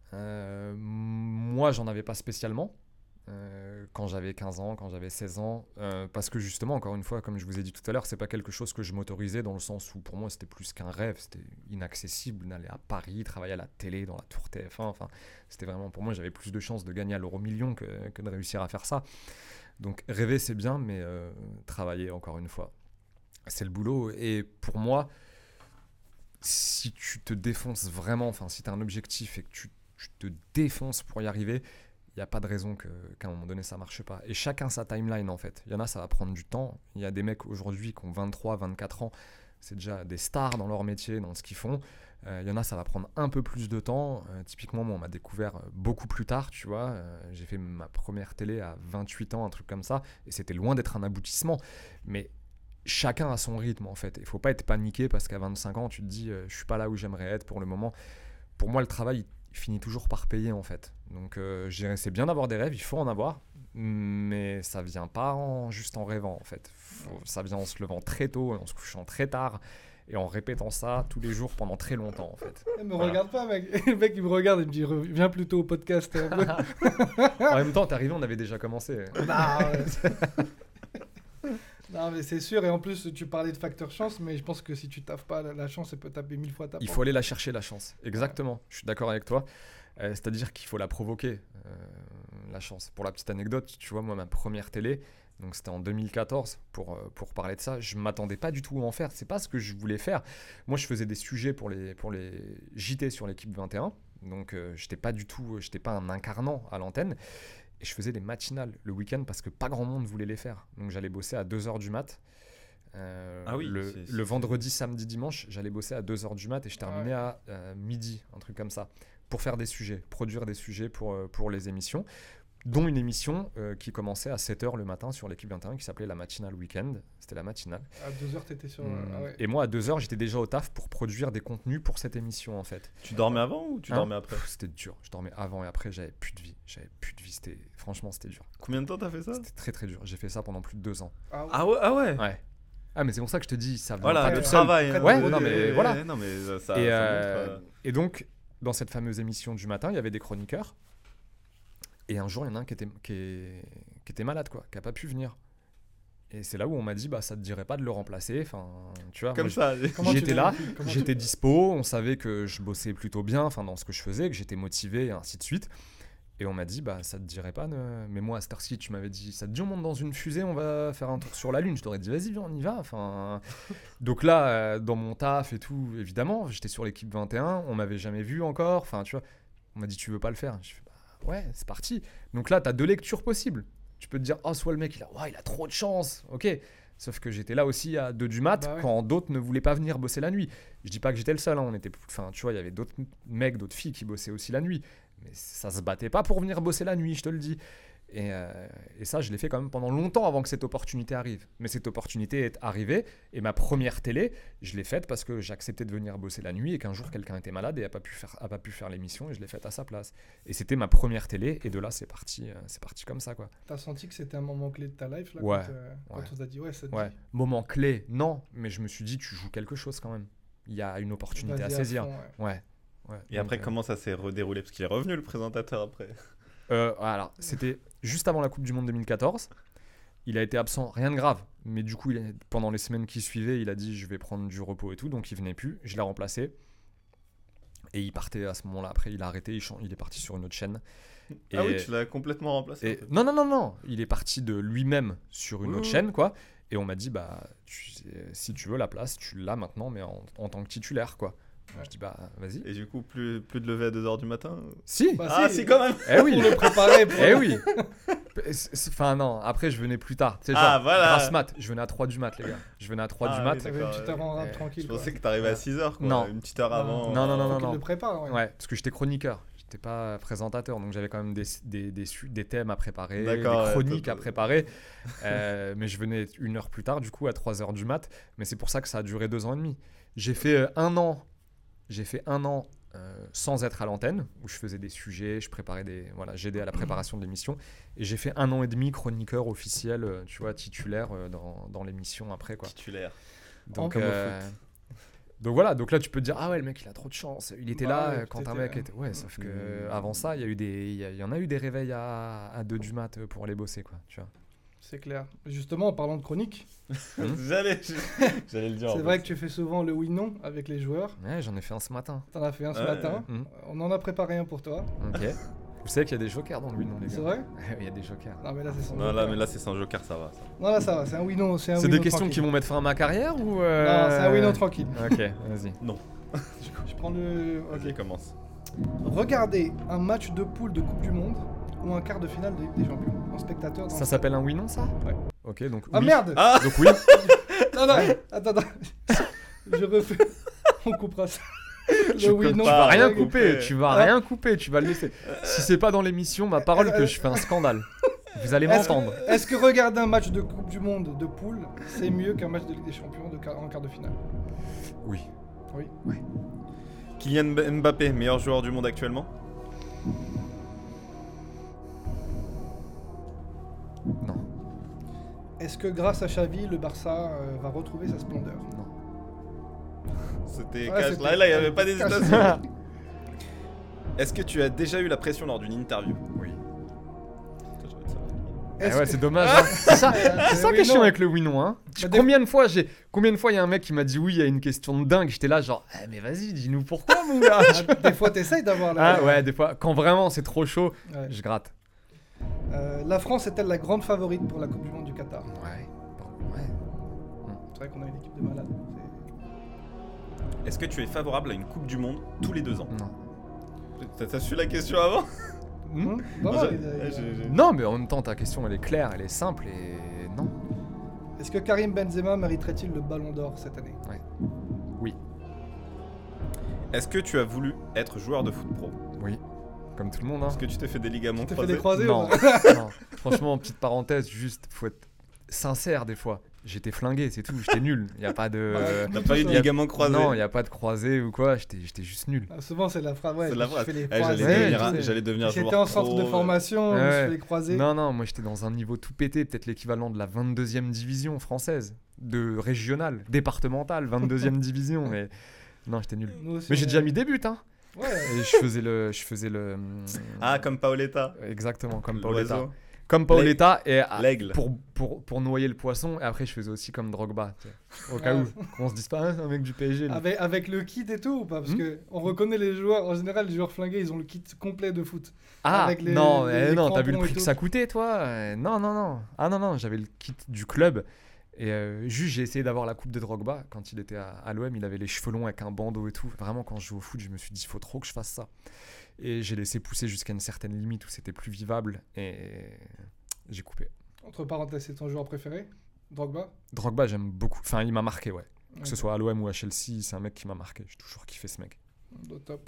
Moi j'en avais pas spécialement quand j'avais 15 ans, quand j'avais 16 ans, parce que justement, encore une fois, comme je vous ai dit tout à l'heure, c'est pas quelque chose que je m'autorisais dans le sens où pour moi c'était plus qu'un rêve, c'était inaccessible d'aller à Paris, travailler à la télé, dans la tour TF1, enfin, c'était vraiment, pour moi j'avais plus de chances de gagner à l'euro-million que de réussir à faire ça. Donc rêver c'est bien, mais travailler encore une fois, c'est le boulot. Et pour moi, si tu te défonces vraiment, enfin si tu as un objectif et que tu te défonces pour y arriver, il n'y a pas de raison qu'à un moment donné ça marche pas. Et chacun sa timeline en fait. Il y en a, ça va prendre du temps. Il y a des mecs aujourd'hui qui ont 23, 24 ans, c'est déjà des stars dans leur métier, dans ce qu'ils font. Il y en a, ça va prendre un peu plus de temps. Typiquement, moi, on m'a découvert beaucoup plus tard, tu vois. J'ai fait ma première télé à 28 ans, un truc comme ça. Et c'était loin d'être un aboutissement. Mais chacun a son rythme en fait. Il ne faut pas être paniqué parce qu'à 25 ans, tu te dis je suis pas là où j'aimerais être pour le moment. Pour moi, le travail, il finit toujours par payer en fait. Donc je dirais c'est bien d'avoir des rêves, il faut en avoir, mais ça vient pas juste en rêvant en fait. Ça vient en se levant très tôt et en se couchant très tard. et en répétant ça tous les jours pendant très longtemps en fait. Me regarde pas, mec. Le mec, il me regarde et me dit viens plutôt au podcast. En même temps, t'es arrivé, on avait déjà commencé. Non, mais c'est sûr. Et en plus, tu parlais de facteur chance, mais je pense que si tu taffes pas, la chance, elle peut taper 1000 fois ta porte. Il faut aller la chercher, la chance. Exactement. Je suis d'accord avec toi. C'est-à-dire qu'il faut la provoquer, la chance. Pour la petite anecdote, tu vois, moi, ma première télé, donc c'était en 2014, pour parler de ça, je m'attendais pas du tout à en faire. C'est pas ce que je voulais faire. Moi, je faisais des sujets pour les JT sur l'équipe 21. Donc, j'étais pas un incarnant à l'antenne. Et je faisais des matinales le week-end parce que pas grand monde voulait les faire. Donc, j'allais bosser à 2h du mat'. Le vendredi, samedi, dimanche, j'allais bosser à 2h du mat' et je terminais à midi, un truc comme ça, pour faire des sujets, produire des sujets pour les émissions, dont une émission qui commençait à 7h le matin sur l'équipe 21 qui s'appelait la matinale week-end. C'était la matinale. À 2h, t'étais sur... ouais. Et moi, à 2h, j'étais déjà au taf pour produire des contenus pour cette émission, en fait. Tu dormais avant ou tu dormais après? C'était dur. Je dormais avant et après, j'avais plus de vie. Franchement, c'était dur. Combien de temps t'as fait ça? C'était très très dur. J'ai fait ça pendant plus de 2 ans. Ah ouais. Ouais. Ah, mais c'est pour ça que je te dis, ça vient voilà, pas le tout seul. travail. Ouais, non, mais voilà. Non, mais ça montre, Et donc, dans cette fameuse émission du matin, il y avait des chroniqueurs. Et un jour, il y en a un qui était malade, quoi, qui n'a pas pu venir. Et c'est là où on m'a dit, bah, ça te dirait pas de le remplacer. Enfin, tu vois, comme moi, ça. J'étais là, j'étais dispo, on savait que je bossais plutôt bien, enfin, dans ce que je faisais, que j'étais motivé, et ainsi de suite. Et on m'a dit, bah, ça te dirait pas de... Mais moi, à cette heure-ci, tu m'avais dit, ça te dit, on monte dans une fusée, on va faire un tour sur la Lune. Je t'aurais dit, vas-y, viens, on y va. Enfin... Donc là, dans mon taf et tout, évidemment, j'étais sur l'équipe 21, on m'avait jamais vu encore. Enfin, tu vois, on m'a dit, tu veux pas le faire? Je fais, bah, ouais, c'est parti. Donc là, t'as 2 lectures possibles. Tu peux te dire, oh, soit le mec, il a trop de chance. Ok. Sauf que j'étais là aussi à 2 du mat' quand d'autres ne voulaient pas venir bosser la nuit. Je dis pas que j'étais le seul, hein, on était... Enfin, tu vois, il y avait d'autres mecs, d'autres filles qui bossaient aussi la nuit. Mais ça se battait pas pour venir bosser la nuit, je te le dis. Et ça, je l'ai fait quand même pendant longtemps avant que cette opportunité arrive. Mais cette opportunité est arrivée et ma première télé, je l'ai faite parce que j'acceptais de venir bosser la nuit et qu'un jour quelqu'un était malade et a pas pu faire l'émission et je l'ai faite à sa place. Et c'était ma première télé et de là c'est parti comme ça, quoi. T'as senti que c'était un moment clé de ta life là, quand on t'a dit ouais, ça te dit. Moment clé, non, mais je me suis dit tu joues quelque chose quand même. Il y a une opportunité à saisir. Ouais. Et après, comment ça s'est redéroulé? Parce qu'il est revenu le présentateur après. Alors, c'était juste avant la Coupe du Monde 2014. Il a été absent, rien de grave. Mais du coup, pendant les semaines qui suivaient, il a dit je vais prendre du repos et tout. Donc, il venait plus. Je l'ai remplacé. Et il partait à ce moment-là. Après, il a arrêté. Il est parti sur une autre chaîne. Ah oui, tu l'as complètement remplacé. En fait. Non. Il est parti de lui-même sur une autre chaîne, quoi. Et on m'a dit bah, si tu veux la place, tu l'as maintenant, mais en tant que titulaire, quoi. Je dis bah vas-y. Et du coup plus de lever à 2h du matin? Si. Bah, si quand même. Eh oui. Pour le préparer. Eh oui. Enfin non, après je venais plus tard. Tu sais, genre, voilà. grasse mat, je venais à 3 du mat, les gars. Je venais à 3 du mat. Tu t'es rendu tranquille. Je pensais que t'arrivais à 6h, quoi. Non. Une petite heure avant. Non. Tu le prépares, ouais, parce que j'étais chroniqueur. J'étais pas présentateur, donc j'avais quand même des thèmes à préparer, des chroniques à préparer. Mais je venais 1 heure plus tard, du coup, à 3h du mat. Mais c'est pour ça que ça a duré 2 ans et demi. J'ai fait 1 an. Sans être à l'antenne, où je faisais des sujets, je préparais j'aidais à la préparation de l'émission. Et j'ai fait 1 an et demi chroniqueur officiel, tu vois, titulaire dans l'émission après, quoi. Titulaire. Donc voilà, donc là tu peux te dire ah ouais, le mec il a trop de chance, il était là quand un mec était... Ouais, sauf que avant ça, il y en a eu des réveils à 2 du mat pour aller bosser, quoi, tu vois. C'est clair. Justement, en parlant de chronique, j'allais le dire. C'est vrai que tu fais souvent le oui-non avec les joueurs. Ouais, j'en ai fait un ce matin. T'en as fait un ce matin. On en a préparé un pour toi. Ok. Vous savez qu'il y a des jokers dans le oui-non, les gars. C'est vrai? Il y a des jokers. Non, mais là, c'est sans joker. Là, mais là, c'est sans joker, ça va. Non, là, ça va. C'est un oui-non. C'est des questions tranquille. Qui vont mettre fin à ma carrière ou Non, c'est un oui-non tranquille. Ok, vas-y. Non. Je prends le... Vas-y, commence. Regardez un match de poule de Coupe du Monde ou un quart de finale de Ligue des Champions en spectateur. Ça s'appelle un oui-non, ça? Ouais. Ok, donc ah oui. Merde. Donc oui. Non, attends. Je refais. On coupera ça. Tu vas rien couper, tu vas le laisser. Si c'est pas dans l'émission, ma parole que je fais un scandale. Vous allez m'entendre. Est-ce que regarder un match de Coupe du Monde de poule, c'est mieux qu'un match de Ligue des Champions en quart de finale? Oui. Ouais. Kylian Mbappé, meilleur joueur du monde actuellement? Non. Est-ce que grâce à Xavi, le Barça va retrouver sa splendeur? Non. C'était Ouais, cash. c'était- Là, il n'y avait pas cash. d'hésitation. Est-ce que tu as déjà eu la pression lors d'une interview? Oui. Est-ce Ouais, que- c'est dommage. Hein. C'est ça, c'est ça oui, qui est chiant non. avec le oui-non. Hein. Bah, des- Combien de fois il y a un mec qui m'a dit oui, il y a une question de dingue. J'étais là, genre, mais vas-y, dis-nous pourquoi, mon gars. Des fois, t'essayes d'avoir la. Ah ouais, des fois, quand vraiment c'est trop chaud, Ouais. je gratte. La France est-elle la grande favorite pour la Coupe du Monde du Qatar? Ouais. Bon, ouais. C'est vrai qu'on a une équipe de malades. Est-ce que tu es favorable à une Coupe du Monde tous les 2 ans? Non. T'as su la question avant? Non, Moi, non, j'ai- il a- j'ai- Non, mais en même temps, ta question, elle est claire, elle est simple et non. Est-ce que Karim Benzema mériterait-il le Ballon d'Or cette année? Oui. Est-ce que tu as voulu être joueur de foot pro? Oui. Comme tout le monde, hein. Est-ce que tu t'es fait des ligaments T'as fait croisés? des croisés Non. ou- Non. Franchement, petite parenthèse, juste, faut être sincère des fois. J'étais flingué, c'est tout, j'étais nul. Il y a pas de. Ouais. T'as pas eu de Il y a- ligaments croisés? Non, il y a pas de croisé ou quoi, j'étais juste nul. Ah, souvent, c'est la phrase. Ouais, C'est la je phrase. fais les Eh, croisés. j'allais devenir joueur J'étais en centre de pro. formation, je me Ouais. suis fait les croisés. Non, moi j'étais dans un niveau tout pété, peut-être l'équivalent de la 22e division française, de régionale, départementale, 22e division, mais non, j'étais nul. Nous aussi, Mais j'ai on- déjà mis des buts, hein. Ouais. Et je faisais le. Ah, comme Paoletta. Exactement, comme Paoletta. L'oiseau. Comme Paoletta et L'aigle. pour noyer le poisson. Et après, je faisais aussi comme Drogba. Tu sais, au cas où. Qu'on se dise pas, ah, c'est un mec du PSG. lui. Avec le kit et tout ou pas? Parce Hmm. que on reconnaît les joueurs, en général, les joueurs flingués, ils ont le kit complet de foot. Ah, avec les- non, les non, t'as vu le crampons et prix que tout. ça coûtait, toi Non. Ah, non, j'avais le kit du club. Et juste, j'ai essayé d'avoir la coupe de Drogba. Quand il était à l'OM, il avait les cheveux longs avec un bandeau et tout. Vraiment, quand je joue au foot, je me suis dit, il faut trop que je fasse ça. Et j'ai laissé pousser jusqu'à une certaine limite où c'était plus vivable. Et j'ai coupé. Entre parenthèses, c'est ton joueur préféré? Drogba? Drogba, j'aime beaucoup. Enfin, il m'a marqué, ouais. Que ce Ok. soit à l'OM ou à Chelsea, c'est un mec qui m'a marqué. J'ai toujours kiffé ce mec. Au top.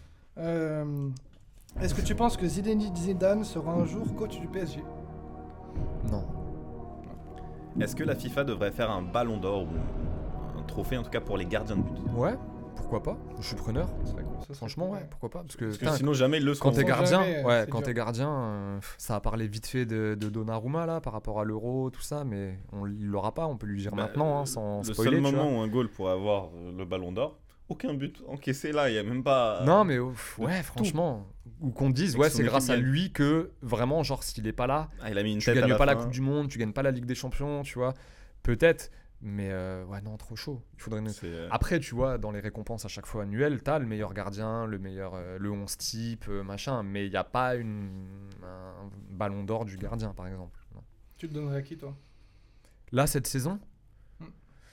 Est-ce que tu penses que Zinedine Zidane sera un jour coach du PSG? Non. Est-ce que la FIFA devrait faire un ballon d'or ou un trophée en tout cas pour les gardiens de but? Ouais, pourquoi pas? Je suis preneur. Ça serait cool, ça serait Franchement, cool, ouais, pourquoi pas? Parce que, Parce que putain, sinon jamais ils le seront. quand t'es Sans gardien, jamais, ouais, c'est quand dur. t'es gardien, ça a parlé vite fait de Donnarumma là par rapport à l'Euro, tout ça, mais il l'aura pas. On peut lui dire Bah, maintenant, hein, sans le spoiler. seul tu vois. moment où un goal pourrait avoir le ballon d'or, aucun but encaissé là, il y a même pas. Non, mais ouais, franchement, ou qu'on dise, Et que ouais, son c'est grâce équipe à gagne. lui que vraiment, genre, s'il est pas là, Ah, il a mis une tu tête à gagnes la pas la fin. Coupe du Monde, tu gagnes pas la Ligue des Champions, tu vois. Peut-être, mais ouais, non, trop chaud. Il faudrait une... C'est, Après, tu vois, dans les récompenses à chaque fois annuelles, t'as le meilleur gardien, le meilleur, le 11 type, machin, mais il n'y a pas un ballon d'or du gardien, par exemple. Non. Tu te donnerais à qui, toi? Là, cette saison, Hmm.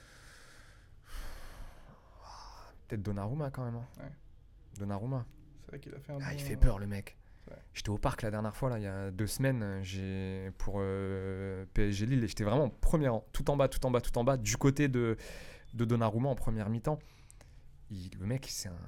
peut-être Donnarumma quand même. Hein. Ouais. Donnarumma. C'est vrai qu'il a fait un Ah, bon- il fait peur, le mec. Ouais. J'étais au parc la dernière fois, là, il y a 2 semaines, pour PSG Lille, et j'étais vraiment premier rang, tout en bas, du côté de Donnarumma en première mi-temps. Le mec,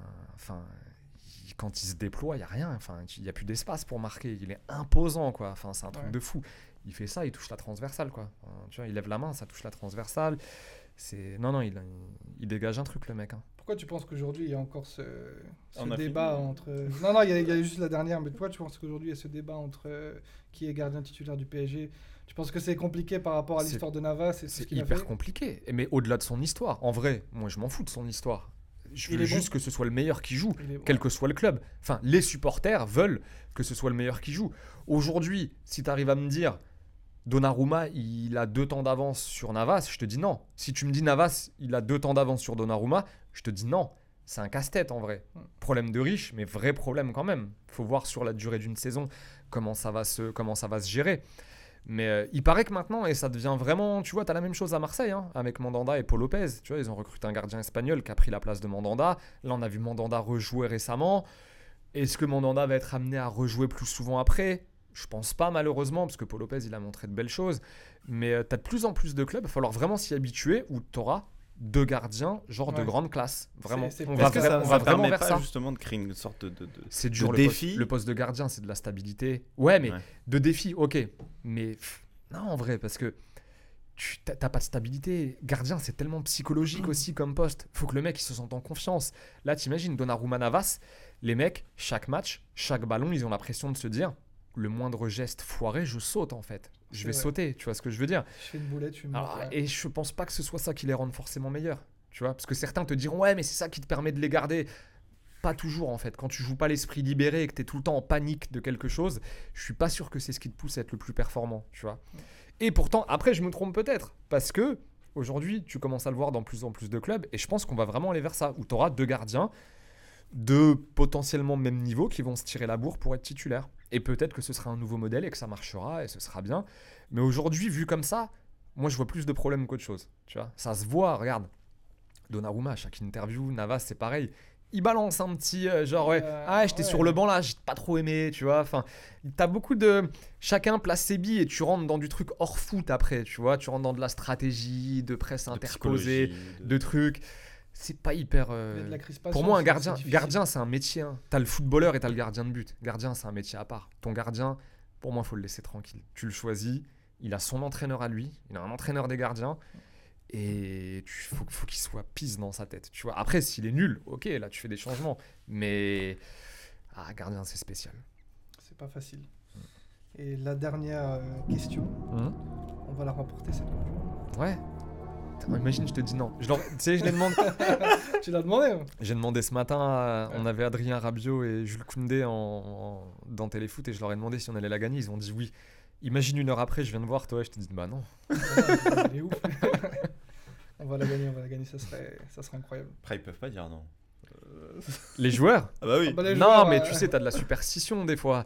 quand il se déploie, il n'y a rien, il n'y a plus d'espace pour marquer, il est imposant, quoi. Enfin, c'est un truc Ouais. de fou. Il fait ça, il touche la transversale, quoi. Tu vois, il lève la main, ça touche la transversale. Non, il dégage un truc, le mec. Hein. Pourquoi tu penses qu'aujourd'hui il y a encore ce On a débat fini. entre. Non, il y a juste la dernière, mais pourquoi tu penses qu'aujourd'hui il y a ce débat entre qui est gardien titulaire du PSG? Tu penses que c'est compliqué par rapport à C'est- l'histoire de Navas et tout ce C'est qu'il a hyper fait? compliqué. Mais au-delà de son histoire, en vrai, moi je m'en fous de son histoire. Je Il veux est juste bon. que ce soit le meilleur qui joue, Il est- quel que soit le club. Enfin, les supporters veulent que ce soit le meilleur qui joue. Aujourd'hui, si tu arrives à me dire Donnarumma, il a 2 temps d'avance sur Navas, je te dis non. Si tu me dis Navas, il a 2 temps d'avance sur Donnarumma, je te dis non. C'est un casse-tête en vrai. Problème de riche, mais vrai problème quand même. Faut voir sur la durée d'une saison comment ça va se gérer. Mais il paraît que maintenant, et ça devient vraiment, tu vois, tu as la même chose à Marseille, hein, avec Mandanda et Paul Lopez. Tu vois, ils ont recruté un gardien espagnol qui a pris la place de Mandanda. Là, on a vu Mandanda rejouer récemment. Est-ce que Mandanda va être amené à rejouer plus souvent après? Je pense pas, malheureusement, parce que Paul Lopez, il a montré de belles choses. Mais tu as de plus en plus de clubs, il va falloir vraiment s'y habituer, où tu auras 2 gardiens, genre de Ouais. grande classe. Vraiment. C'est- On Est-ce va, que vra- ça, on ça va vraiment permet vers pas ça. justement de créer une sorte de C'est dur, de le défi. poste, le poste de gardien, c'est de la stabilité. Ouais, mais Ouais. de défi, ok. Mais non, en vrai, parce que tu t'as pas de stabilité. Gardien, c'est tellement psychologique aussi comme poste. Faut que le mec il se sente en confiance. Là, t'imagines Donnarumma, Navas, les mecs, chaque match, chaque ballon, ils ont la pression de se dire le moindre geste foiré, je saute en fait. Je vais vrai. sauter, tu vois ce que je veux dire. Je fais une boulette, je suis Alors, mort. et je pense pas que ce soit ça qui les rende forcément meilleurs. tu vois. Parce que certains te diront, ouais, mais c'est ça qui te permet de les garder. Pas toujours, en fait. Quand tu joues pas l'esprit libéré et que tu es tout le temps en panique de quelque chose, je suis pas sûr que c'est ce qui te pousse à être le plus performant, tu vois. Et pourtant, après, je me trompe peut-être. Parce que aujourd'hui, tu commences à le voir dans plus en plus de clubs. Et je pense qu'on va vraiment aller vers ça, où tu auras 2 gardiens de potentiellement même niveau qui vont se tirer la bourre pour être titulaires. Et peut-être que ce sera un nouveau modèle et que ça marchera et ce sera bien. Mais aujourd'hui, vu comme ça, moi, je vois plus de problèmes qu'autre chose. Tu vois, ça se voit, regarde. Donnarumma, à chaque interview, Navas, c'est pareil. Il balance un petit genre, ouais, j'étais sur le banc là, j'ai pas trop aimé, tu vois. Enfin, t'as beaucoup de. Chacun place ses billes et tu rentres dans du truc hors foot après, tu vois. Tu rentres dans de la stratégie, de presse interposée, de trucs. C'est pas hyper. Il y a de la crispation, Pour moi, un c'est difficile. gardien, c'est un métier. Hein. T'as le footballeur et t'as le gardien de but. Gardien, c'est un métier à part. Ton gardien, pour moi, faut le laisser tranquille. Tu le choisis. Il a son entraîneur à lui. Il a un entraîneur des gardiens. Et faut qu'il soit pisse dans sa tête. Tu vois. Après, s'il est nul, ok, là, tu fais des changements. Mais gardien, c'est spécial. C'est pas facile. Et la dernière question, on va la remporter cette Coupe du Monde. Ouais. Putain, imagine, je te dis non. Tu sais, je l'ai demandé. Tu l'as demandé hein. J'ai demandé ce matin, on avait Adrien Rabiot et Jules Koundé dans Téléfoot et je leur ai demandé si on allait la gagner. Ils ont dit oui. Imagine 1 heure après, je viens de voir toi et je te dis bah non. Il est ouf. On va la gagner, ça serait incroyable. Après, ils peuvent pas dire non. Les joueurs Ah bah oui. Ah bah, les Non, joueurs, mais tu sais, t'as de la superstition des fois.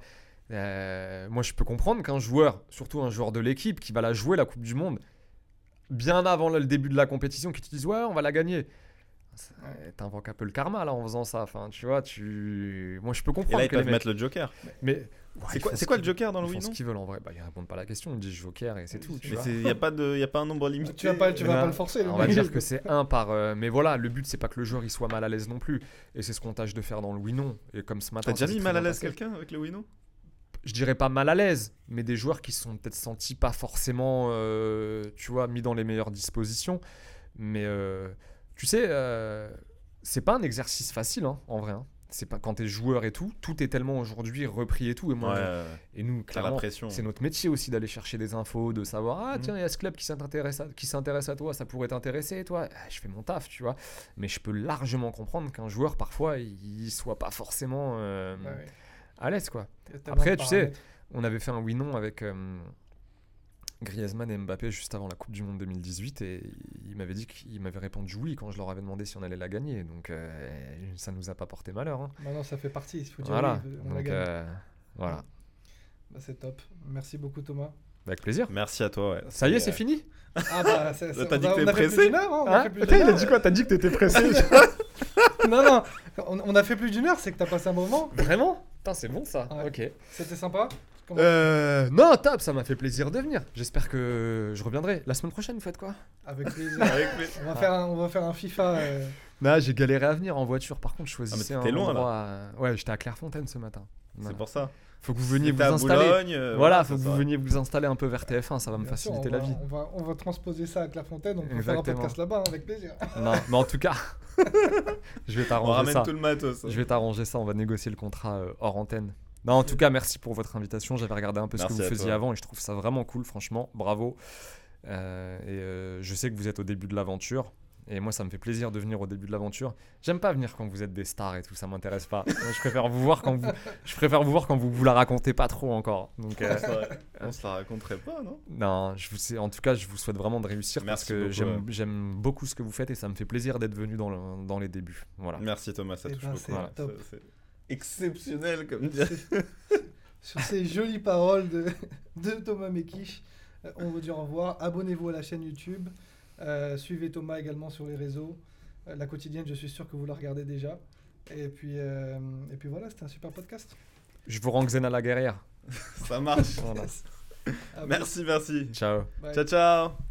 Moi, je peux comprendre qu'un joueur, surtout un joueur de l'équipe qui va la jouer la Coupe du Monde, bien avant le début de la compétition, qui te disent ouais, on va la gagner. T'invoques un peu le karma là en faisant ça. Enfin, tu vois, moi je peux Et comprendre là, ils que les peuvent mecs. mettre le Joker. Mais C'est quoi le Joker dans le Ils oui font ce non? qu'ils veulent en vrai. Bah, ils répondent pas à la question, ils disent Joker et c'est tout. Tu Mais vois. il y a pas un nombre limité. Tu vas pas le forcer. On va dire que c'est 1 par. Mais voilà, le but c'est pas que le joueur il soit mal à l'aise non plus. Et c'est ce qu'on tâche de faire dans le oui non. Et comme ce matin. T'as déjà ça mis s'est mal très à bien l'aise passé. quelqu'un avec le oui non? Je dirais pas mal à l'aise, mais des joueurs qui se sont peut-être sentis pas forcément, tu vois, mis dans les meilleures dispositions. Mais tu sais, c'est pas un exercice facile, hein, en vrai. Hein. C'est pas quand t'es joueur et tout est tellement aujourd'hui repris et tout. Et moi, et nous, T'as la clairement, pression. c'est notre métier aussi d'aller chercher des infos, de savoir tiens, il y a ce club qui s'intéresse à toi, ça pourrait t'intéresser, toi. Je fais mon taf, tu vois. Mais je peux largement comprendre qu'un joueur parfois il soit pas forcément à l'aise, quoi. Après, tu sais, on avait fait un oui-non avec Griezmann et Mbappé juste avant la Coupe du Monde 2018 et il m'avait dit qu'il m'avait répondu oui quand je leur avais demandé si on allait la gagner. Donc ça nous a pas porté malheur. Hein. Maintenant, ça fait partie. Il faut dire Voilà. oui, on la Donc, gagne. voilà. Bah, c'est top. Merci beaucoup, Thomas. Avec plaisir. Merci à toi. Ouais. Ça y est, c'est fini. Ah bah, T'as dit que t'es on a fait pressé plus d'une heure, hein, on a fait plus Putain, d'une il a heure. dit quoi? T'as dit que t'étais pressé. Non, on a fait plus d'une heure, c'est que t'as passé un bon moment. Vraiment? Putain, c'est bon ça. Ouais. Ok. C'était sympa. Non, top, ça m'a fait plaisir de venir. J'espère que je reviendrai. La semaine prochaine, vous faites quoi? Avec plaisir. Avec On va faire un FIFA. Non, j'ai galéré à venir en voiture. Par contre, je choisissais t'étais un loin, endroit. Ouais, j'étais à Clairefontaine ce matin. C'est Voilà. pour ça. Faut que vous veniez vous T'es à installer. Boulogne, Voilà, c'est faut que ça. vous veniez vous installer un peu vers TF1, ça va me Bien sûr, faciliter la vie. On va transposer ça à Clairefontaine. On peut faire un Exactement. podcast là-bas, hein, avec plaisir. Non, mais en tout cas, je vais On t'arranger ramène ça. tout le matos. Je vais t'arranger ça, on va négocier le contrat hors antenne. Non, en tout cas, merci pour votre invitation. J'avais regardé un peu ce que Merci vous à faisiez toi. avant et je trouve ça vraiment cool, franchement. Bravo. Je sais que vous êtes au début de l'aventure. Et moi, ça me fait plaisir de venir au début de l'aventure. J'aime pas venir quand vous êtes des stars et tout, ça m'intéresse pas. Moi, je préfère vous voir quand vous la racontez pas trop encore. Donc, On se la raconterait pas, non? non, en tout cas, je vous souhaite vraiment de réussir Merci parce que beaucoup, j'aime beaucoup ce que vous faites et ça me fait plaisir d'être venu dans les débuts. Voilà. Merci Thomas, ça Eh touche ben, beaucoup. c'est Voilà. top. C'est exceptionnel comme dire. Sur ces jolies paroles de Thomas Mekish, on vous dit au revoir. Abonnez-vous à la chaîne YouTube. Suivez Thomas également sur les réseaux. La quotidienne, je suis sûr que vous la regardez déjà. Et puis voilà, c'était un super podcast. Je vous rends Xena la guerrière. Ça marche. Voilà. À Merci. Ciao. Bye. Ciao.